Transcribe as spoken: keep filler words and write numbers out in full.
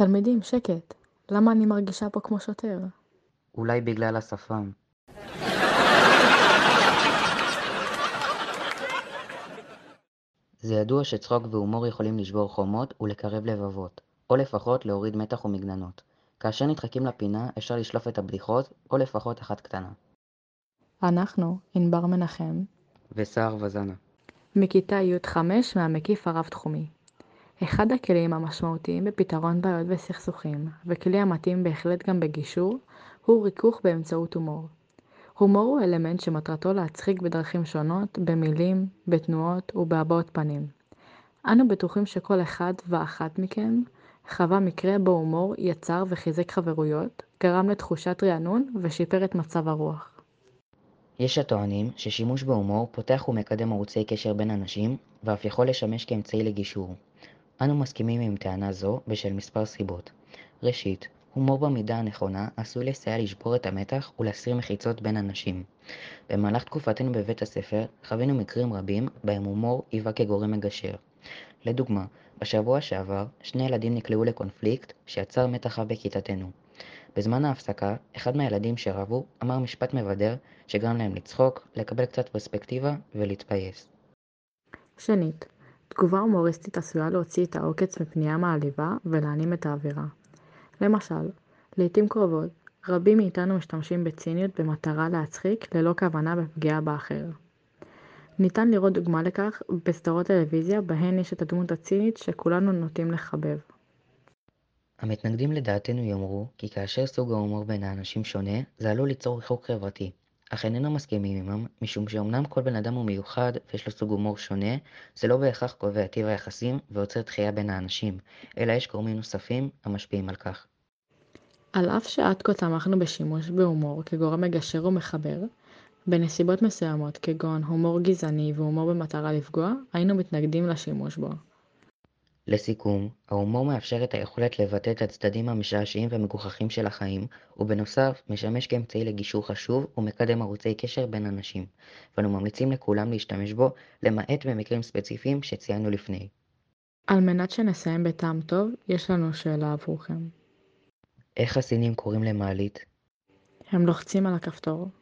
תלמידים, שקט. למה אני מרגישה פה כמו שוטר? אולי בגלל השפם. זה ידוע שצחוק והומור יכולים לשבור חומות ולקרב לבבות, או לפחות להוריד מתח ומגננות. כאשר נדחקים לפינה אפשר לשלוף את הבדיחות, או לפחות אחת קטנה. אנחנו, ענבר מנחם, וסער וזנה. מכיתה י' חמש מהמקיף הרב-תחומי. אחד הכלים המשמעותיים בפתרון בעיות וסכסוכים, וכלי המתאים בהחלט גם בגישור, הוא ריכוך באמצעות הומור. הומור הוא אלמנט שמטרתו להצחיק בדרכים שונות, במילים, בתנועות ובהבעות פנים. אנו בטוחים שכל אחד ואחת מכם חווה מקרה בו הומור יצר וחיזק חברויות, גרם לתחושת רענון ושיפר את מצב הרוח. יש הטוענים ששימוש בהומור פותח ומקדם ערוצי קשר בין אנשים, ואף יכול לשמש כאמצעי לגישור. אנו מסכימים עם טענה זו בשל מספר סיבות. ראשית, הומור במידה הנכונה עשוי לסייע לשבור את המתח ולהסיר מחיצות בין אנשים. במהלך תקופתנו בבית הספר חווינו מקרים רבים בהם הומור היווה כגורם מגשר. לדוגמה, בשבוע שעבר שני ילדים נקלעו לקונפליקט שיצר מתח רב בכיתתנו. בזמן ההפסקה, אחד מהילדים שרבו אמר משפט מבדר שגרם להם לצחוק, לקבל קצת פרספקטיבה ולהתפייס. שנית, תגובה הומוריסטית עשויה להוציא את העוקץ מפנייה מעליבה ולהנים את האווירה. למשל, לעתים קרובות, רבים מאיתנו משתמשים בציניות במטרה להצחיק ללא כוונה בפגיעה באחר. ניתן לראות דוגמה לכך בסדרות טלוויזיה בהן יש את הדמות הצינית שכולנו נוטים לחבב. המתנגדים לדעתנו יאמרו כי כאשר סוג ההומור בין האנשים שונה, זה עלול ליצור ריחוק חברתי. אך איננו מסכימים עמם, משום שאומנם כל בן אדם הוא מיוחד ויש לו סוג הומור שונה, זה לא בהכרח קובע טיב היחסים ויוצר דחייה בין האנשים, אלא יש גורמים נוספים המשפיעים על כך. על אף שעד כה תמכנו בשימוש בהומור כגורם מגשר ומחבר, בנסיבות מסוימות כגון הומור גזעני והומור במטרה לפגוע, היינו מתנגדים לשימוש בו. לסיכום, ההומור מאפשר את היכולת לבטא את הצדדים המשעשעים ומגוחכים של החיים, ובנוסף משמש כאמצעי לגישור חשוב ומקדם ערוצי קשר בין אנשים, ואנו ממליצים לכולם להשתמש בו, למעט במקרים ספציפיים שציינו לפני. על מנת שנסיים בטעם טוב, יש לנו שאלה עבורכם. איך הסינים קוראים למעלית? הם לוחצים על הכפתור.